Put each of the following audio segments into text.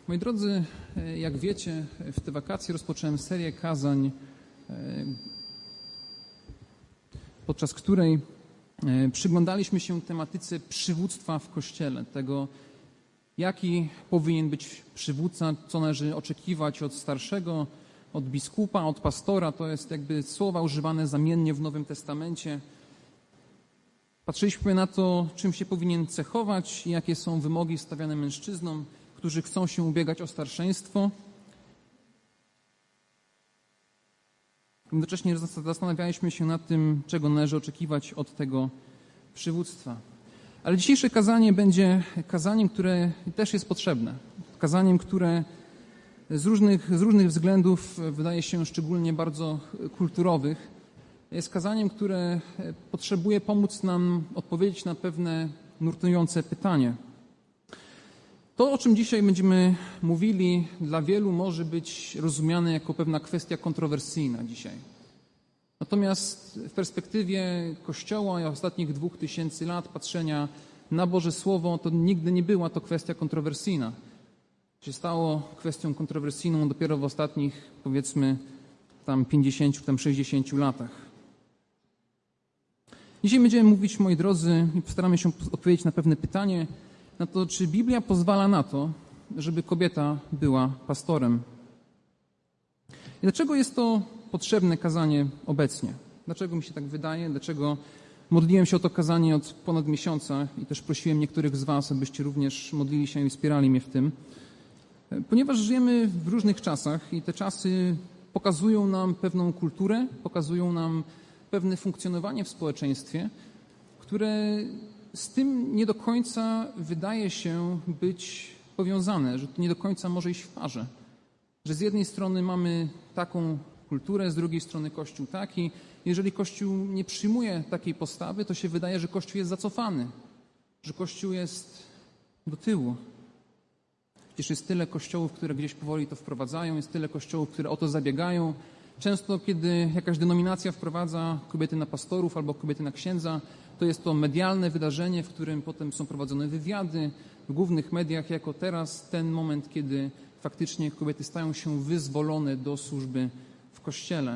Moi drodzy, jak wiecie, w te wakacje rozpocząłem serię kazań, podczas której przyglądaliśmy się tematyce przywództwa w Kościele, tego, jaki powinien być przywódca, co należy oczekiwać od starszego, od biskupa, od pastora. To jest jakby słowa używane zamiennie w Nowym Testamencie. Patrzyliśmy na to, czym się powinien cechować i jakie są wymogi stawiane mężczyznom, którzy chcą się ubiegać o starszeństwo. Jednocześnie zastanawialiśmy się nad tym, czego należy oczekiwać od tego przywództwa. Ale dzisiejsze kazanie będzie kazaniem, które też jest potrzebne. Kazaniem, które z różnych względów wydaje się szczególnie bardzo kulturowych. Jest kazaniem, które potrzebuje pomóc nam odpowiedzieć na pewne nurtujące pytanie. To, o czym dzisiaj będziemy mówili, dla wielu może być rozumiane jako pewna kwestia kontrowersyjna dzisiaj. Natomiast w perspektywie Kościoła i ostatnich 2000 lat patrzenia na Boże Słowo, to nigdy nie była to kwestia kontrowersyjna. Się stało kwestią kontrowersyjną dopiero w ostatnich, powiedzmy, 50, 60 latach. Dzisiaj będziemy mówić, moi drodzy, i postaramy się odpowiedzieć na pewne pytanie, na to, czy Biblia pozwala na to, żeby kobieta była pastorem. I dlaczego jest to potrzebne kazanie obecnie? Dlaczego mi się tak wydaje? Dlaczego modliłem się o to kazanie od ponad miesiąca i też prosiłem niektórych z was, abyście również modlili się i wspierali mnie w tym? Ponieważ żyjemy w różnych czasach i te czasy pokazują nam pewną kulturę, pokazują nam pewne funkcjonowanie w społeczeństwie, które z tym nie do końca wydaje się być powiązane, że to nie do końca może iść w parze. Że z jednej strony mamy taką kulturę, z drugiej strony Kościół taki. Jeżeli Kościół nie przyjmuje takiej postawy, to się wydaje, że Kościół jest zacofany, że Kościół jest do tyłu. Przecież jest tyle kościołów, które gdzieś powoli to wprowadzają, jest tyle kościołów, które o to zabiegają. Często, kiedy jakaś denominacja wprowadza kobiety na pastorów albo kobiety na księdza, to jest to medialne wydarzenie, w którym potem są prowadzone wywiady w głównych mediach, jako teraz ten moment, kiedy faktycznie kobiety stają się wyzwolone do służby w Kościele.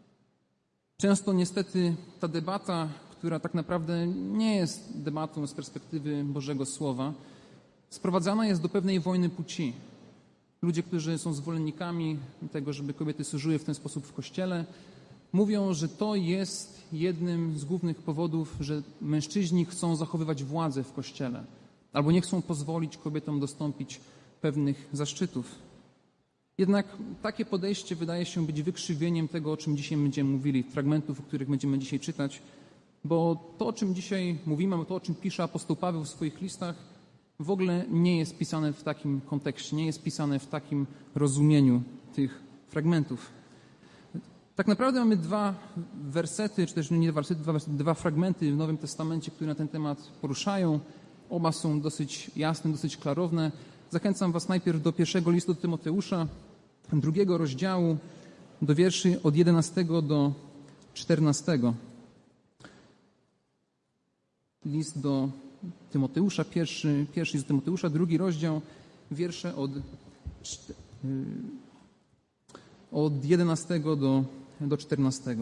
Często niestety ta debata, która tak naprawdę nie jest debatą z perspektywy Bożego Słowa, sprowadzana jest do pewnej wojny płci. Ludzie, którzy są zwolennikami tego, żeby kobiety służyły w ten sposób w Kościele, mówią, że to jest jednym z głównych powodów, że mężczyźni chcą zachowywać władzę w Kościele albo nie chcą pozwolić kobietom dostąpić pewnych zaszczytów. Jednak takie podejście wydaje się być wykrzywieniem tego, o czym dzisiaj będziemy mówili, fragmentów, o których będziemy dzisiaj czytać, bo to, o czym dzisiaj mówimy, albo to, o czym pisze apostoł Paweł w swoich listach, w ogóle nie jest pisane w takim kontekście, nie jest pisane w takim rozumieniu tych fragmentów. Tak naprawdę mamy dwa wersety, czy też nie wersety, dwa fragmenty w Nowym Testamencie, które na ten temat poruszają. Oba są dosyć jasne, dosyć klarowne. Zachęcam was najpierw do pierwszego listu do Tymoteusza, 2 rozdziału, do wierszy od 11 do 14. List do Tymoteusza, pierwszy list do Tymoteusza, 2 rozdział, wiersze od 11 do 14.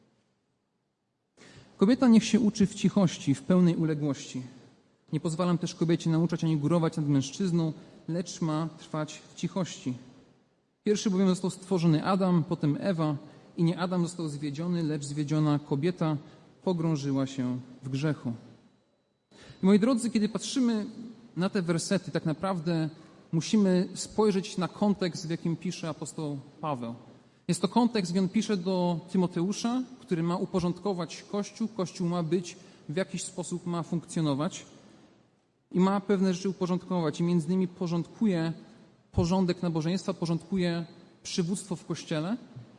Kobieta niech się uczy w cichości, w pełnej uległości. Nie pozwalam też kobiecie nauczać ani górować nad mężczyzną, lecz ma trwać w cichości. Pierwszy bowiem został stworzony Adam, potem Ewa i nie Adam został zwiedziony, lecz zwiedziona kobieta pogrążyła się w grzechu. I moi drodzy, kiedy patrzymy na te wersety, tak naprawdę musimy spojrzeć na kontekst, w jakim pisze apostoł Paweł. Jest to kontekst, gdzie on pisze do Tymoteusza, który ma uporządkować Kościół. Kościół ma być, w jakiś sposób ma funkcjonować i ma pewne rzeczy uporządkować. I między innymi porządkuje porządek nabożeństwa, porządkuje przywództwo w Kościele.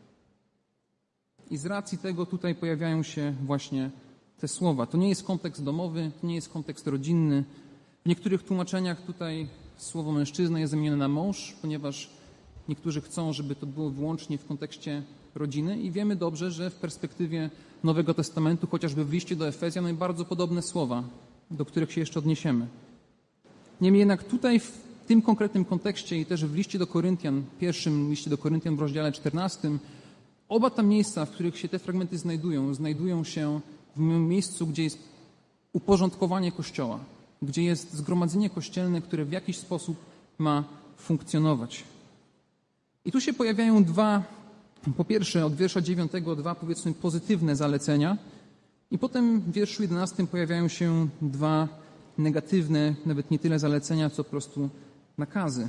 I z racji tego tutaj pojawiają się właśnie te słowa. To nie jest kontekst domowy, to nie jest kontekst rodzinny. W niektórych tłumaczeniach tutaj słowo mężczyzna jest zamienione na mąż, ponieważ niektórzy chcą, żeby to było wyłącznie w kontekście rodziny i wiemy dobrze, że w perspektywie Nowego Testamentu, chociażby w liście do Efezjan, mamy bardzo podobne słowa, do których się jeszcze odniesiemy. Niemniej jednak tutaj w tym konkretnym kontekście i też w liście do Koryntian, pierwszym liście do Koryntian w rozdziale 14, oba te miejsca, w których się te fragmenty znajdują się w miejscu, gdzie jest uporządkowanie Kościoła, gdzie jest zgromadzenie kościelne, które w jakiś sposób ma funkcjonować. I tu się pojawiają po pierwsze od wiersza 9 dwa powiedzmy pozytywne zalecenia i potem w wierszu 11 pojawiają się dwa negatywne, nawet nie tyle zalecenia, co po prostu nakazy.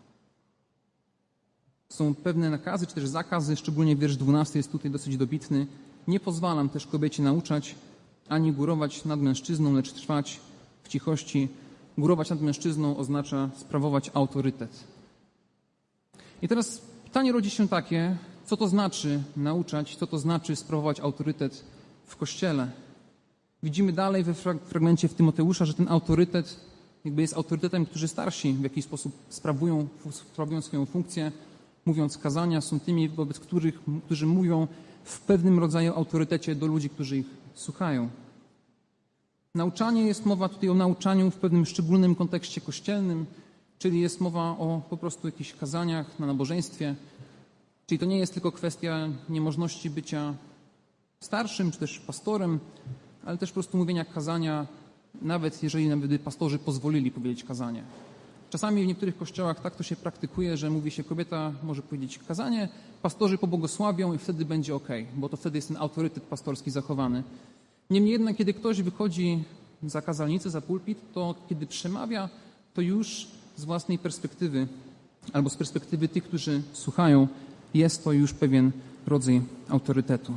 Są pewne nakazy, czy też zakazy, szczególnie wiersz 12 jest tutaj dosyć dobitny. Nie pozwalam też kobiecie nauczać, ani górować nad mężczyzną, lecz trwać w cichości. Górować nad mężczyzną oznacza sprawować autorytet. I teraz pytanie rodzi się takie, co to znaczy nauczać, co to znaczy sprawować autorytet w Kościele. Widzimy dalej we fragmencie w Tymoteusza, że ten autorytet jakby jest autorytetem, którzy starsi w jakiś sposób sprawują swoją funkcję, mówiąc kazania, są tymi, wobec którzy mówią w pewnym rodzaju autorytecie do ludzi, którzy ich słuchają. Nauczanie, jest mowa tutaj o nauczaniu w pewnym szczególnym kontekście kościelnym, czyli jest mowa o po prostu jakichś kazaniach na nabożeństwie. Czyli to nie jest tylko kwestia niemożności bycia starszym czy też pastorem, ale też po prostu mówienia kazania, nawet jeżeli pastorzy pozwolili powiedzieć kazanie. Czasami w niektórych kościołach tak to się praktykuje, że mówi się, kobieta może powiedzieć kazanie, pastorzy pobłogosławią i wtedy będzie okej, bo to wtedy jest ten autorytet pastorski zachowany. Niemniej jednak, kiedy ktoś wychodzi za kazalnicę, za pulpit, to kiedy przemawia, to już z własnej perspektywy albo z perspektywy tych, którzy słuchają, jest to już pewien rodzaj autorytetu.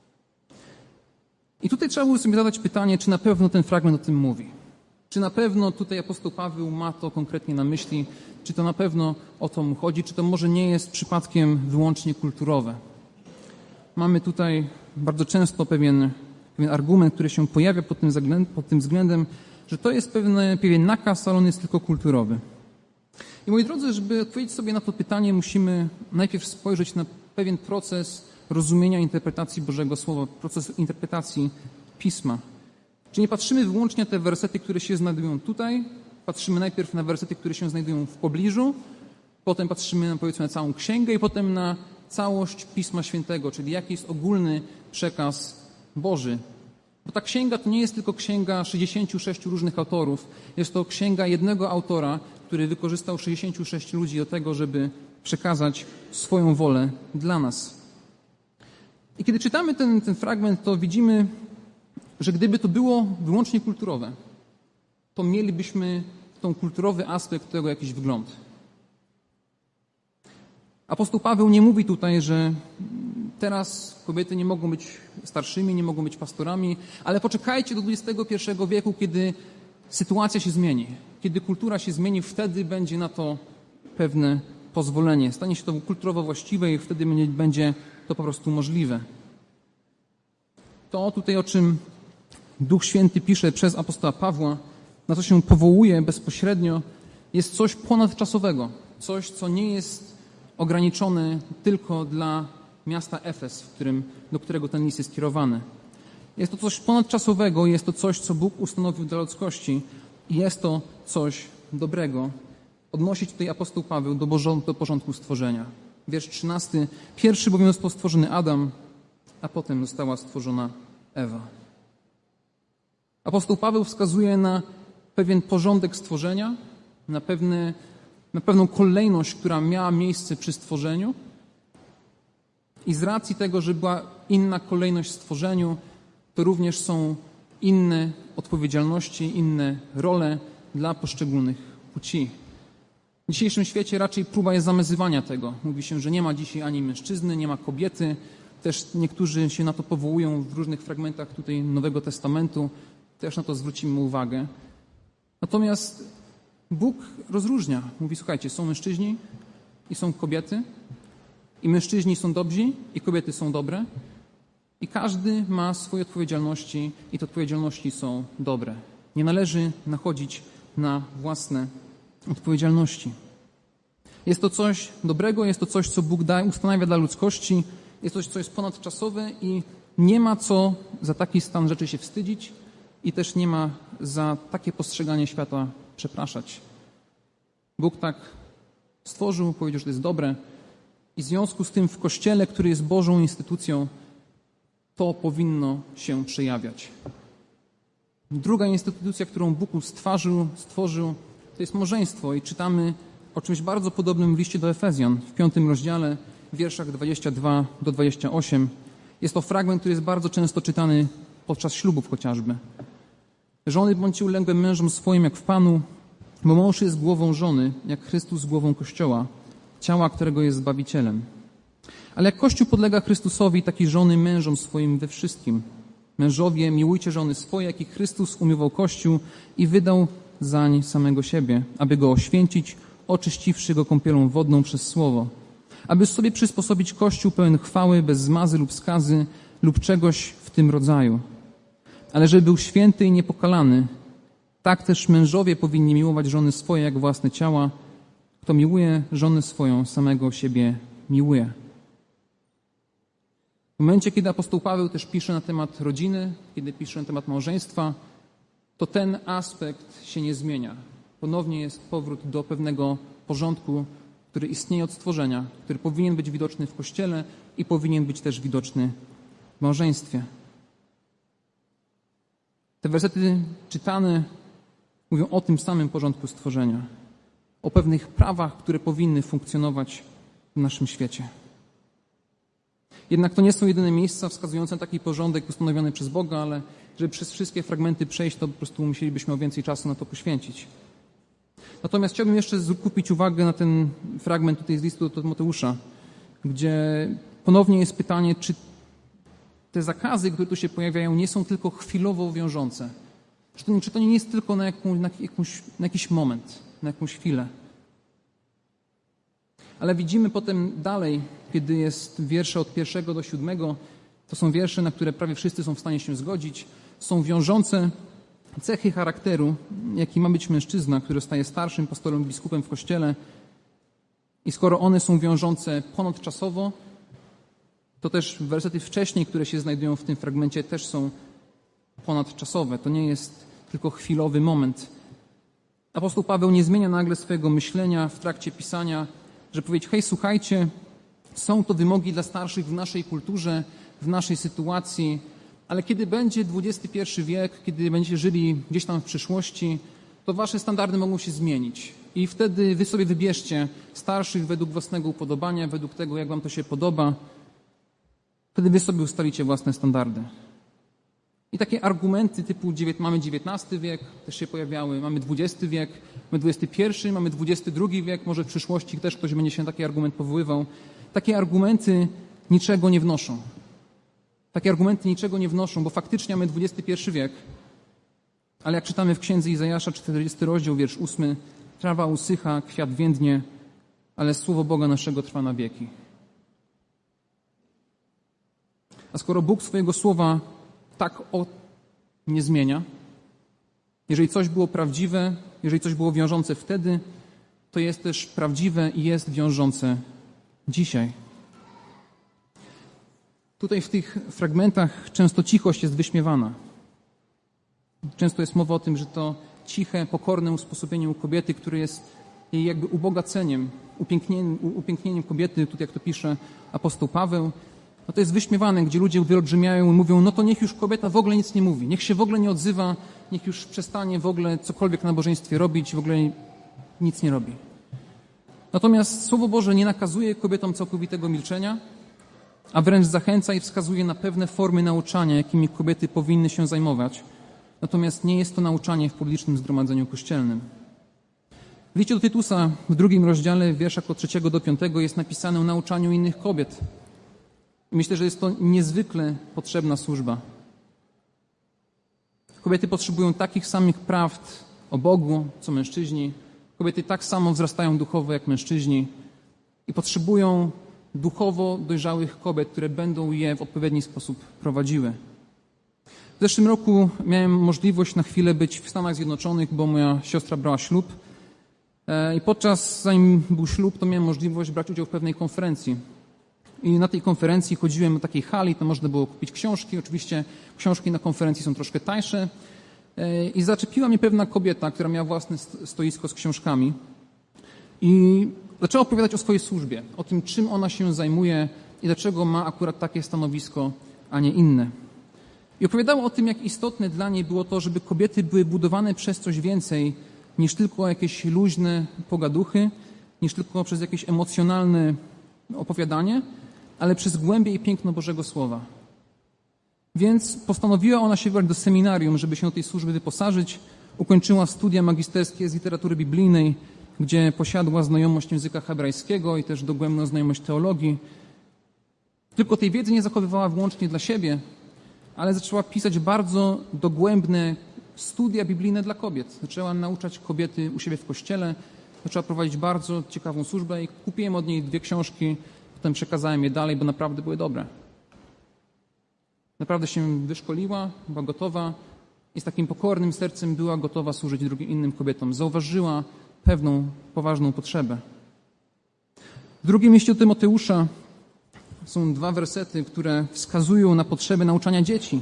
I tutaj trzeba było sobie zadać pytanie, czy na pewno ten fragment o tym mówi. Czy na pewno tutaj apostoł Paweł ma to konkretnie na myśli, czy to na pewno o to mu chodzi, czy to może nie jest przypadkiem wyłącznie kulturowe. Mamy tutaj bardzo często pewien argument, który się pojawia pod tym względem, że to jest pewien nakaz, ale on jest tylko kulturowy. I moi drodzy, żeby odpowiedzieć sobie na to pytanie, musimy najpierw spojrzeć na pewien proces rozumienia interpretacji Bożego Słowa, proces interpretacji Pisma. Czyli nie patrzymy wyłącznie na te wersety, które się znajdują tutaj, patrzymy najpierw na wersety, które się znajdują w pobliżu, potem patrzymy powiedzmy na całą księgę i potem na całość Pisma Świętego, czyli jaki jest ogólny przekaz Boży. Bo ta księga to nie jest tylko księga 66 różnych autorów, jest to księga jednego autora, który wykorzystał 66 ludzi do tego, żeby przekazać swoją wolę dla nas. I kiedy czytamy ten fragment, to widzimy, że gdyby to było wyłącznie kulturowe, to mielibyśmy ten kulturowy aspekt tego jakiś wgląd. Apostoł Paweł nie mówi tutaj, że teraz kobiety nie mogą być starszymi, nie mogą być pastorami, ale poczekajcie do XXI wieku, kiedy sytuacja się zmieni, kiedy kultura się zmieni, wtedy będzie na to pewne pozwolenie. Stanie się to kulturowo właściwe i wtedy będzie to po prostu możliwe. To tutaj, o czym Duch Święty pisze przez apostoła Pawła, na co się powołuje bezpośrednio, jest coś ponadczasowego. Coś, co nie jest ograniczone tylko dla miasta Efes, do którego ten list jest kierowany. Jest to coś ponadczasowego, jest to coś, co Bóg ustanowił dla ludzkości i jest to coś dobrego. Odnosi się tutaj apostoł Paweł do porządku stworzenia. Wiersz 13. Pierwszy bowiem został stworzony Adam, a potem została stworzona Ewa. Apostoł Paweł wskazuje na pewien porządek stworzenia, na pewną kolejność, która miała miejsce przy stworzeniu. I z racji tego, że była inna kolejność w stworzeniu, to również są inne odpowiedzialności, inne role dla poszczególnych płci. W dzisiejszym świecie raczej próba jest zamyzywania tego. Mówi się, że nie ma dzisiaj ani mężczyzny, nie ma kobiety. Też niektórzy się na to powołują w różnych fragmentach tutaj Nowego Testamentu. Też na to zwrócimy uwagę. Natomiast Bóg rozróżnia. Mówi, słuchajcie, są mężczyźni i są kobiety. I mężczyźni są dobrzy i kobiety są dobre. I każdy ma swoje odpowiedzialności i te odpowiedzialności są dobre. Nie należy nachodzić na własne odpowiedzialności. Jest to coś dobrego, jest to coś, co Bóg ustanawia dla ludzkości. Jest coś, co jest ponadczasowe i nie ma co za taki stan rzeczy się wstydzić i też nie ma za takie postrzeganie świata przepraszać. Bóg tak stworzył, powiedział, że to jest dobre i w związku z tym w Kościele, który jest Bożą instytucją, to powinno się przejawiać. Druga instytucja, którą Bóg stworzył, to jest małżeństwo i czytamy o czymś bardzo podobnym w liście do Efezjan w 5 rozdziale, w wierszach 22 do 28. Jest to fragment, który jest bardzo często czytany podczas ślubów chociażby. Żony bądźcie uległe mężom swoim jak w Panu, bo mąż jest głową żony, jak Chrystus głową Kościoła, ciała, którego jest Zbawicielem. Ale jak Kościół podlega Chrystusowi, tak i żony mężom swoim we wszystkim. Mężowie, miłujcie żony swoje, jak i Chrystus umiłował Kościół i wydał zań samego siebie, aby go oświęcić, oczyściwszy go kąpielą wodną przez słowo, aby sobie przysposobić Kościół pełen chwały, bez zmazy lub skazy lub czegoś w tym rodzaju. Ale żeby był święty i niepokalany, tak też mężowie powinni miłować żony swoje jak własne ciała. Kto miłuje żonę swoją, samego siebie miłuje. W momencie, kiedy apostoł Paweł też pisze na temat rodziny, kiedy pisze na temat małżeństwa, to ten aspekt się nie zmienia. Ponownie jest powrót do pewnego porządku, który istnieje od stworzenia, który powinien być widoczny w Kościele i powinien być też widoczny w małżeństwie. Te wersety czytane mówią o tym samym porządku stworzenia, o pewnych prawach, które powinny funkcjonować w naszym świecie. Jednak to nie są jedyne miejsca wskazujące na taki porządek ustanowiony przez Boga, ale żeby przez wszystkie fragmenty przejść, to po prostu musielibyśmy o więcej czasu na to poświęcić. Natomiast chciałbym jeszcze skupić uwagę na ten fragment tutaj z listu do Tymoteusza, gdzie ponownie jest pytanie, czy te zakazy, które tu się pojawiają, nie są tylko chwilowo wiążące. Czy to nie jest tylko na jakiś moment, na jakąś chwilę. Ale widzimy potem dalej, kiedy jest wiersze od 1 do 7, to są wiersze, na które prawie wszyscy są w stanie się zgodzić. Są wiążące cechy charakteru, jaki ma być mężczyzna, który zostaje starszym pastorem, biskupem w Kościele. I skoro one są wiążące ponadczasowo, to też wersety wcześniej, które się znajdują w tym fragmencie, też są ponadczasowe. To nie jest tylko chwilowy moment. Apostoł Paweł nie zmienia nagle swojego myślenia w trakcie pisania, żeby powiedzieć, hej, słuchajcie, są to wymogi dla starszych w naszej kulturze, w naszej sytuacji, ale kiedy będzie XXI wiek, kiedy będziecie żyli gdzieś tam w przyszłości, to wasze standardy mogą się zmienić. I wtedy wy sobie wybierzcie starszych według własnego upodobania, według tego, jak wam to się podoba. Wtedy wy sobie ustalicie własne standardy. I takie argumenty typu mamy XIX wiek, też się pojawiały, mamy XX wiek, mamy XXI, mamy XXI wiek, może w przyszłości też ktoś będzie się na taki argument powoływał. Takie argumenty niczego nie wnoszą. Takie argumenty niczego nie wnoszą, bo faktycznie mamy XXI wiek, ale jak czytamy w Księdze Izajasza, 40 rozdział, wiersz 8, trawa usycha, kwiat więdnie, ale słowo Boga naszego trwa na wieki. A skoro Bóg swojego słowa tak nie zmienia, jeżeli coś było prawdziwe, jeżeli coś było wiążące wtedy, to jest też prawdziwe i jest wiążące dzisiaj. Tutaj w tych fragmentach często cichość jest wyśmiewana. Często jest mowa o tym, że to ciche, pokorne usposobienie u kobiety, które jest jej jakby ubogaceniem, upięknieniem kobiety, tutaj jak to pisze apostoł Paweł, no to jest wyśmiewane, gdzie ludzie wyolbrzymiają i mówią, no to niech już kobieta w ogóle nic nie mówi, niech się w ogóle nie odzywa, niech już przestanie w ogóle cokolwiek na nabożeństwie robić, w ogóle nic nie robi. Natomiast Słowo Boże nie nakazuje kobietom całkowitego milczenia, a wręcz zachęca i wskazuje na pewne formy nauczania, jakimi kobiety powinny się zajmować. Natomiast nie jest to nauczanie w publicznym zgromadzeniu kościelnym. W liście do Tytusa w 2 rozdziale, w wierszach od 3 do 5 jest napisane o nauczaniu innych kobiet. I myślę, że jest to niezwykle potrzebna służba. Kobiety potrzebują takich samych prawd o Bogu, co mężczyźni. Kobiety tak samo wzrastają duchowo jak mężczyźni i potrzebują duchowo dojrzałych kobiet, które będą je w odpowiedni sposób prowadziły. W zeszłym roku miałem możliwość na chwilę być w Stanach Zjednoczonych, bo moja siostra brała ślub. I zanim był ślub, to miałem możliwość brać udział w pewnej konferencji. I na tej konferencji chodziłem do takiej hali, tam można było kupić książki. Oczywiście książki na konferencji są troszkę tańsze. I zaczepiła mnie pewna kobieta, która miała własne stoisko z książkami. I zaczęła opowiadać o swojej służbie, o tym, czym ona się zajmuje i dlaczego ma akurat takie stanowisko, a nie inne. I opowiadała o tym, jak istotne dla niej było to, żeby kobiety były budowane przez coś więcej niż tylko jakieś luźne pogaduchy, niż tylko przez jakieś emocjonalne opowiadanie, ale przez głębię i piękno Bożego Słowa. Więc postanowiła ona się wybrać do seminarium, żeby się do tej służby wyposażyć. Ukończyła studia magisterskie z literatury biblijnej, gdzie posiadła znajomość języka hebrajskiego i też dogłębną znajomość teologii. Tylko tej wiedzy nie zachowywała wyłącznie dla siebie, ale zaczęła pisać bardzo dogłębne studia biblijne dla kobiet. Zaczęła nauczać kobiety u siebie w kościele, zaczęła prowadzić bardzo ciekawą służbę i kupiłem od niej 2 książki, potem przekazałem je dalej, bo naprawdę były dobre. Naprawdę się wyszkoliła, była gotowa i z takim pokornym sercem była gotowa służyć drugim innym kobietom. Zauważyła pewną, poważną potrzebę. W drugim liście do Tymoteusza są 2 wersety, które wskazują na potrzebę nauczania dzieci.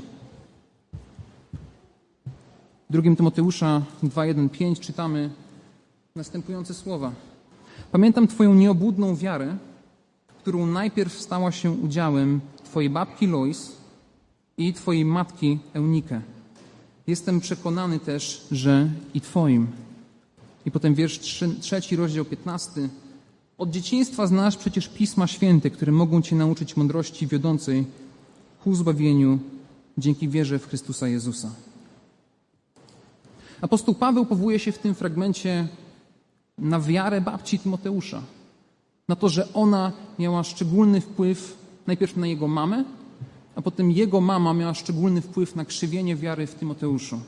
W 2 Tymoteusza 2:1-5 czytamy następujące słowa. Pamiętam Twoją nieobłudną wiarę, którą najpierw stała się udziałem Twojej babki Lois i Twojej matki Eunike. Jestem przekonany też, że i Twoim. I potem wiersz 3, rozdział 15. Od dzieciństwa znasz przecież Pisma Święte, które mogą Cię nauczyć mądrości wiodącej ku zbawieniu dzięki wierze w Chrystusa Jezusa. Apostoł Paweł powołuje się w tym fragmencie na wiarę babci Tymoteusza. Na to, że ona miała szczególny wpływ najpierw na jego mamę, a potem jego mama miała szczególny wpływ na krzewienie wiary w Tymoteuszu.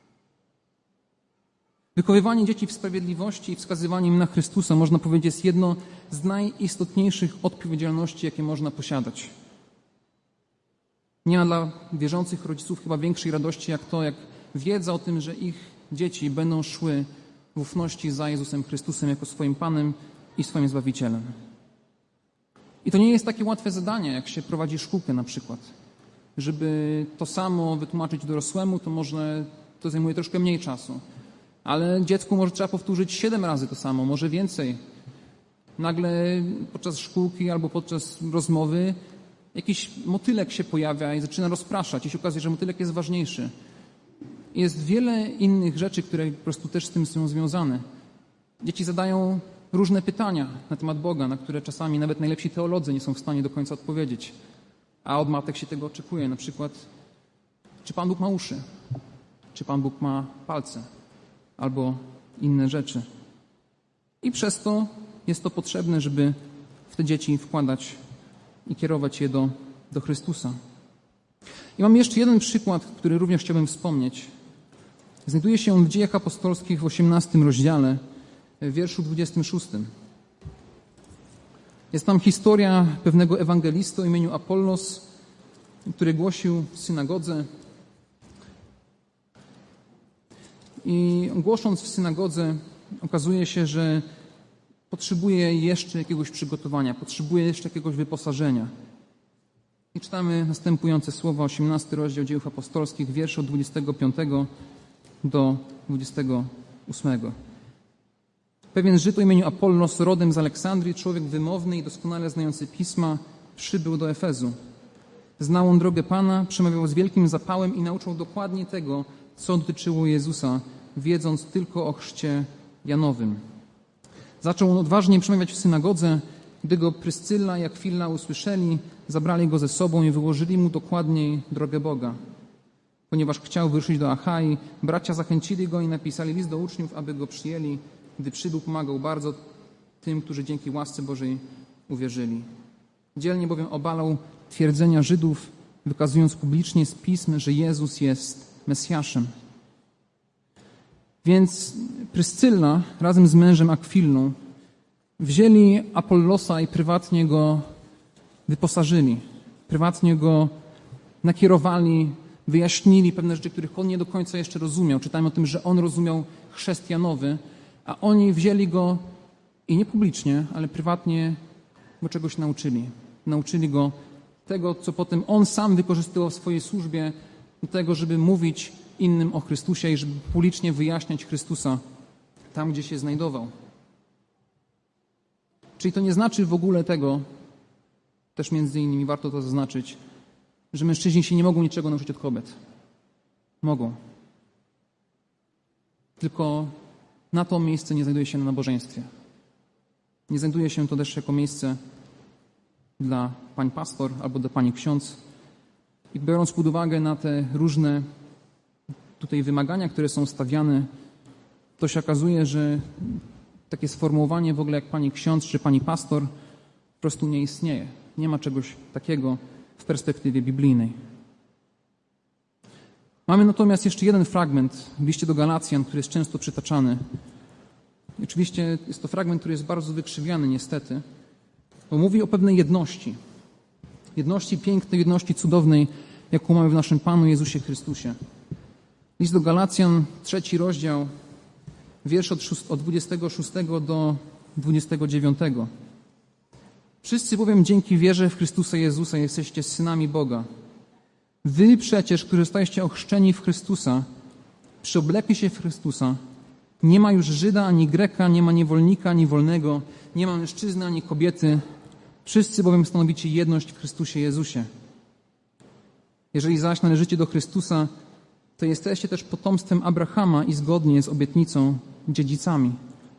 Wychowywanie dzieci w sprawiedliwości i wskazywanie im na Chrystusa, można powiedzieć, jest jedno z najistotniejszych odpowiedzialności, jakie można posiadać. Nie ma dla wierzących rodziców chyba większej radości jak to, jak wiedza o tym, że ich dzieci będą szły w ufności za Jezusem Chrystusem jako swoim Panem i swoim Zbawicielem. I to nie jest takie łatwe zadanie, jak się prowadzi szkółkę na przykład. Żeby to samo wytłumaczyć dorosłemu, to może to zajmuje troszkę mniej czasu. Ale dziecku może trzeba powtórzyć 7 razy to samo, może więcej. Nagle podczas szkółki albo podczas rozmowy jakiś motylek się pojawia i zaczyna rozpraszać i się okazuje, że motylek jest ważniejszy. Jest wiele innych rzeczy, które po prostu też z tym są związane. Dzieci zadają różne pytania na temat Boga, na które czasami nawet najlepsi teolodzy nie są w stanie do końca odpowiedzieć. A od matek się tego oczekuje. Na przykład, czy Pan Bóg ma uszy? Czy Pan Bóg ma palce? Albo inne rzeczy. I przez to jest to potrzebne, żeby w te dzieci wkładać i kierować je do Chrystusa. I mam jeszcze jeden przykład, który również chciałbym wspomnieć. Znajduje się on w Dziejach Apostolskich w 18 rozdziale, w wierszu 26. Jest tam historia pewnego ewangelisty o imieniu Apollos, który głosił w synagodze. I głosząc w synagodze okazuje się, że potrzebuje jeszcze jakiegoś przygotowania, potrzebuje jeszcze jakiegoś wyposażenia. I czytamy następujące słowa, 18 rozdział Dziejów Apostolskich, wiersz od 25 do 28. Pewien Żyd o imieniu Apollos, rodem z Aleksandrii, człowiek wymowny i doskonale znający Pisma, przybył do Efezu. Znał on drogę Pana, przemawiał z wielkim zapałem i nauczał dokładnie tego, co dotyczyło Jezusa, wiedząc tylko o chrzcie Janowym. Zaczął on odważnie przemawiać w synagodze. Gdy go Pryscylla i Akwila usłyszeli, zabrali go ze sobą i wyłożyli mu dokładniej drogę Boga. Ponieważ chciał wyruszyć do Achai, bracia zachęcili go i napisali list do uczniów, aby go przyjęli. Gdy przybył, pomagał bardzo tym, którzy dzięki łasce Bożej uwierzyli. Dzielnie bowiem obalał twierdzenia Żydów, wykazując publicznie z Pism, że Jezus jest Mesjaszem. Więc Pryscylla razem z mężem Akwilną wzięli Apollosa i prywatnie go wyposażyli, prywatnie go nakierowali, wyjaśnili pewne rzeczy, których on nie do końca jeszcze rozumiał. Czytamy o tym, że on rozumiał chrzest Janowy, a oni wzięli go i nie publicznie, ale prywatnie go czegoś nauczyli. Nauczyli go tego, co potem on sam wykorzystywał w swojej służbie do tego, żeby mówić innym o Chrystusie i żeby publicznie wyjaśniać Chrystusa tam, gdzie się znajdował. Czyli to nie znaczy w ogóle tego, też między innymi warto to zaznaczyć, że mężczyźni się nie mogą niczego nauczyć od kobiet. Mogą. Tylko na to miejsce nie znajduje się na nabożeństwie. Nie znajduje się to też jako miejsce dla pań pastor albo dla pani ksiądz. I biorąc pod uwagę na te różne tutaj wymagania, które są stawiane, to się okazuje, że takie sformułowanie w ogóle jak pani ksiądz czy pani pastor po prostu nie istnieje. Nie ma czegoś takiego w perspektywie biblijnej. Mamy natomiast jeszcze jeden fragment w liście do Galacjan, który jest często przytaczany. I oczywiście jest to fragment, który jest bardzo wykrzywiany niestety, bo mówi o pewnej jedności. Jedności pięknej, jedności cudownej, jaką mamy w naszym Panu Jezusie Chrystusie. List do Galacjan, 3 rozdział, wiersz od 26 do 29. Wszyscy bowiem dzięki wierze w Chrystusa Jezusa jesteście synami Boga. Wy przecież, którzy zostaliście ochrzczeni w Chrystusa, przyoblekli się w Chrystusa, nie ma już Żyda ani Greka, nie ma niewolnika ani wolnego, nie ma mężczyzny ani kobiety. Wszyscy bowiem stanowicie jedność w Chrystusie Jezusie. Jeżeli zaś należycie do Chrystusa, to jesteście też potomstwem Abrahama i zgodnie z obietnicą dziedzicami.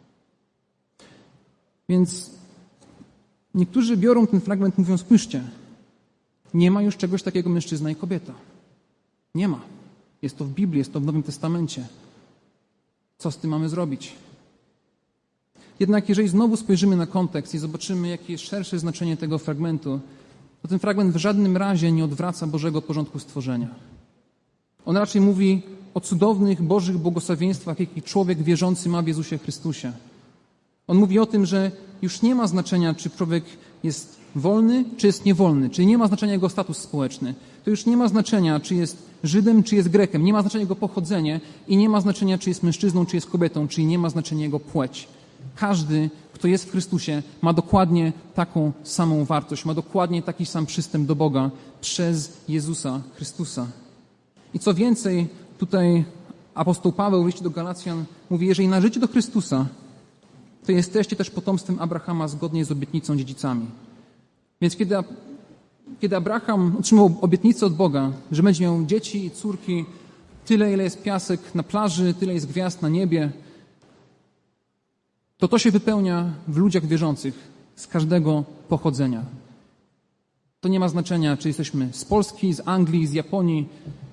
Więc niektórzy biorą ten fragment, mówią, spójrzcie, nie ma już czegoś takiego mężczyzna i kobieta. Nie ma. Jest to w Biblii, jest to w Nowym Testamencie. Co z tym mamy zrobić? Jednak jeżeli znowu spojrzymy na kontekst i zobaczymy, jakie jest szersze znaczenie tego fragmentu, to ten fragment w żadnym razie nie odwraca Bożego porządku stworzenia. On raczej mówi o cudownych Bożych błogosławieństwach, jakie człowiek wierzący ma w Jezusie Chrystusie. On mówi o tym, że już nie ma znaczenia, czy człowiek jest wolny, czy jest niewolny, czyli nie ma znaczenia jego status społeczny. To już nie ma znaczenia, czy jest Żydem, czy jest Grekiem. Nie ma znaczenia jego pochodzenie i nie ma znaczenia, czy jest mężczyzną, czy jest kobietą, czyli nie ma znaczenia jego płeć. Każdy, kto jest w Chrystusie, ma dokładnie taką samą wartość, ma dokładnie taki sam przystęp do Boga przez Jezusa Chrystusa. I co więcej, tutaj apostoł Paweł w liście do Galacjan mówi, jeżeli należycie do Chrystusa, to jesteście też potomstwem Abrahama zgodnie z obietnicą dziedzicami. Więc kiedy Abraham otrzymał obietnicę od Boga, że będzie miał dzieci i córki, tyle ile jest piasek na plaży, tyle jest gwiazd na niebie, to się wypełnia w ludziach wierzących z każdego pochodzenia. To nie ma znaczenia, czy jesteśmy z Polski, z Anglii, z Japonii.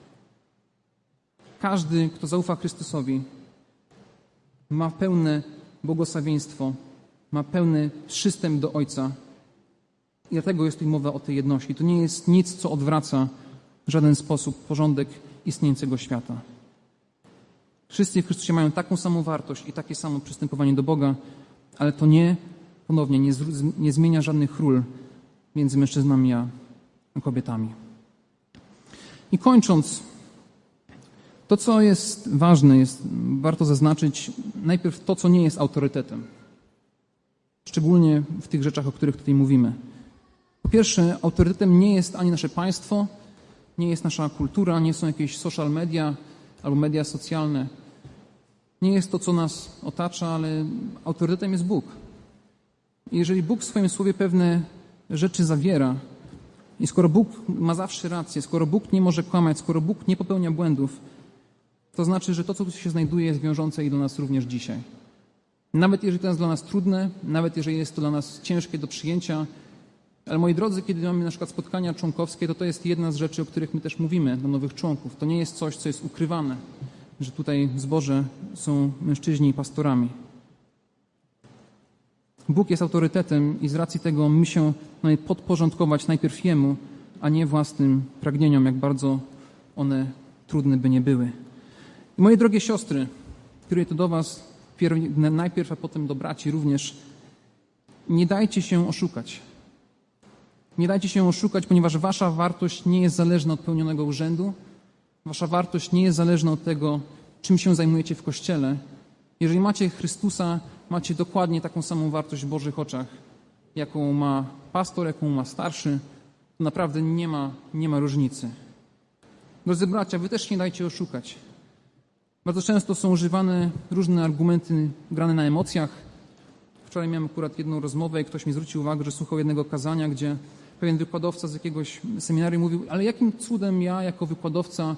Każdy, kto zaufa Chrystusowi, ma pełne błogosławieństwo, ma pełny przystęp do Ojca. I dlatego jest tu mowa o tej jedności. To nie jest nic, co odwraca w żaden sposób porządek istniejącego świata. Wszyscy w Chrystusie mają taką samą wartość i takie samo przystępowanie do Boga, ale to nie zmienia żadnych ról między mężczyznami a kobietami. I kończąc, to, co jest ważne, warto zaznaczyć najpierw to, co nie jest autorytetem. Szczególnie w tych rzeczach, o których tutaj mówimy. Po pierwsze, autorytetem nie jest ani nasze państwo, nie jest nasza kultura, nie są jakieś social media albo media socjalne. Nie jest to, co nas otacza, ale autorytetem jest Bóg. I jeżeli Bóg w swoim słowie pewne rzeczy zawiera i skoro Bóg ma zawsze rację, skoro Bóg nie może kłamać, skoro Bóg nie popełnia błędów, to znaczy, że to, co tu się znajduje, jest wiążące i dla nas również dzisiaj. Nawet jeżeli to jest dla nas trudne, nawet jeżeli jest to dla nas ciężkie do przyjęcia, ale moi drodzy, kiedy mamy na przykład spotkania członkowskie, to jest jedna z rzeczy, o których my też mówimy dla nowych członków. To nie jest coś, co jest ukrywane, że tutaj w zborze są mężczyźni pastorami. Bóg jest autorytetem i z racji tego my się mamy podporządkować najpierw Jemu, a nie własnym pragnieniom, jak bardzo one trudne by nie były. I moje drogie siostry, kieruję to do was najpierw, a potem do braci również, nie dajcie się oszukać. Nie dajcie się oszukać, ponieważ wasza wartość nie jest zależna od pełnionego urzędu. Wasza wartość nie jest zależna od tego, czym się zajmujecie w Kościele. Jeżeli macie Chrystusa, macie dokładnie taką samą wartość w Bożych oczach, jaką ma pastor, jaką ma starszy. To naprawdę nie ma różnicy. Drodzy bracia, wy też nie dajcie oszukać. Bardzo często są używane różne argumenty grane na emocjach, Wczoraj miałem akurat jedną rozmowę i ktoś mi zwrócił uwagę, że słuchał jednego kazania, gdzie pewien wykładowca z jakiegoś seminarium mówił, ale jakim cudem ja jako wykładowca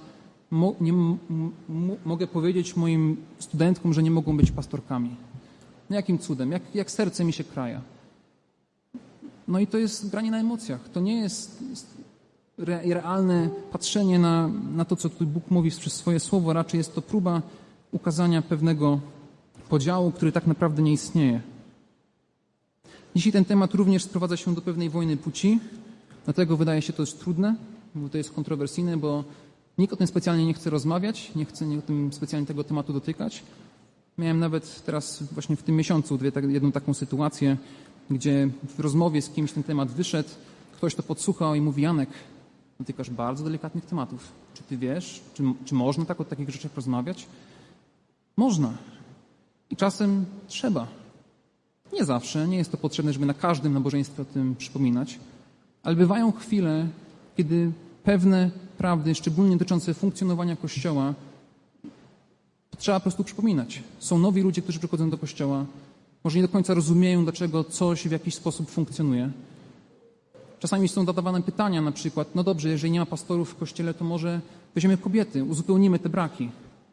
mogę powiedzieć moim studentkom, że nie mogą być pastorkami? No jakim cudem? Jak serce mi się kraja? No i to jest granie na emocjach. To nie jest realne patrzenie na to, co tu Bóg mówi przez swoje słowo. Raczej jest to próba ukazania pewnego podziału, który tak naprawdę nie istnieje. Dzisiaj ten temat również sprowadza się do pewnej wojny płci, dlatego wydaje się to dość trudne, bo to jest kontrowersyjne, bo nikt o tym specjalnie nie chce rozmawiać, nie chce o tym specjalnie tego tematu dotykać. Miałem nawet teraz właśnie w tym miesiącu jedną taką sytuację, gdzie w rozmowie z kimś ten temat wyszedł, ktoś to podsłuchał i mówi: Janek, dotykasz bardzo delikatnych tematów. Czy ty wiesz, czy można tak o takich rzeczach rozmawiać? Można. I czasem trzeba. Nie zawsze, nie jest to potrzebne, żeby na każdym nabożeństwie o tym przypominać, ale bywają chwile, kiedy pewne prawdy, szczególnie dotyczące funkcjonowania Kościoła, trzeba po prostu przypominać. Są nowi ludzie, którzy przychodzą do Kościoła, może nie do końca rozumieją, dlaczego coś w jakiś sposób funkcjonuje. Czasami są zadawane pytania, na przykład, no dobrze, jeżeli nie ma pastorów w Kościele, to może weźmiemy kobiety, uzupełnimy te braki.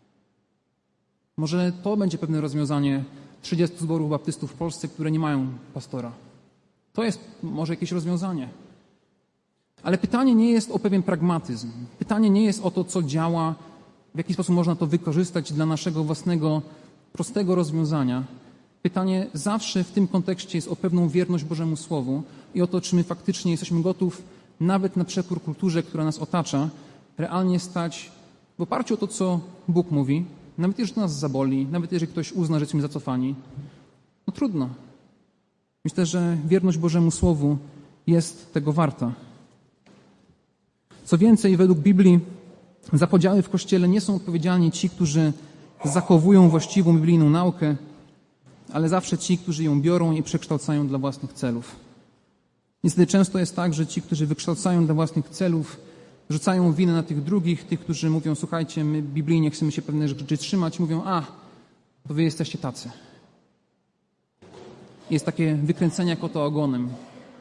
Może to będzie pewne rozwiązanie 30 zborów baptystów w Polsce, które nie mają pastora. To jest może jakieś rozwiązanie. Ale pytanie nie jest o pewien pragmatyzm. Pytanie nie jest o to, co działa, w jaki sposób można to wykorzystać dla naszego własnego, prostego rozwiązania. Pytanie zawsze w tym kontekście jest o pewną wierność Bożemu Słowu i o to, czy my faktycznie jesteśmy gotów nawet na przekór kulturze, która nas otacza, realnie stać w oparciu o to, co Bóg mówi, nawet jeżeli to nas zaboli, nawet jeżeli ktoś uzna, że jesteśmy zacofani. No trudno. Myślę, że wierność Bożemu Słowu jest tego warta. Co więcej, według Biblii za podziały w Kościele nie są odpowiedzialni ci, którzy zachowują właściwą biblijną naukę, ale zawsze ci, którzy ją biorą i przekształcają dla własnych celów. Niestety często jest tak, że ci, którzy wykształcają dla własnych celów, rzucają winę na tych drugich, tych, którzy mówią: słuchajcie, my biblijnie chcemy się pewne rzeczy trzymać, mówią: to wy jesteście tacy. Jest takie wykręcenie kota ogonem.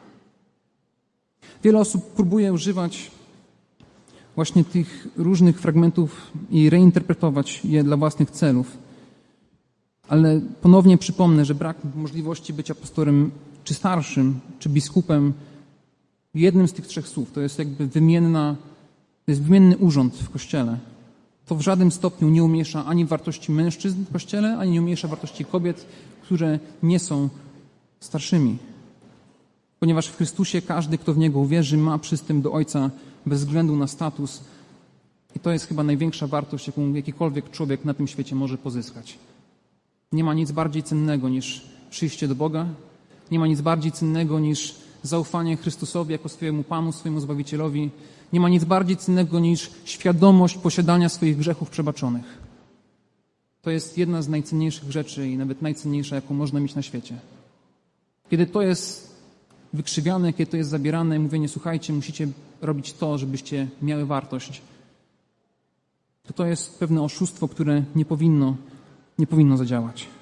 Wiele osób próbuje używać właśnie tych różnych fragmentów i reinterpretować je dla własnych celów. Ale ponownie przypomnę, że brak możliwości bycia pastorem, czy starszym, czy biskupem, jednym z tych trzech słów, to jest jakby wymienny urząd w Kościele. To w żadnym stopniu nie umniejsza ani wartości mężczyzn w Kościele, ani nie umniejsza wartości kobiet, które nie są starszymi. Ponieważ w Chrystusie każdy, kto w Niego uwierzy, ma przystęp do Ojca bez względu na status. I to jest chyba największa wartość, jaką jakikolwiek człowiek na tym świecie może pozyskać. Nie ma nic bardziej cennego niż przyjście do Boga. Nie ma nic bardziej cennego niż zaufanie Chrystusowi jako swojemu Panu, swojemu Zbawicielowi. Nie ma nic bardziej cennego niż świadomość posiadania swoich grzechów przebaczonych. To jest jedna z najcenniejszych rzeczy i nawet najcenniejsza, jaką można mieć na świecie. Kiedy to jest wykrzywiane, kiedy to jest zabierane, mówienie: słuchajcie, musicie robić to, żebyście miały wartość, to jest pewne oszustwo, które nie powinno zadziałać.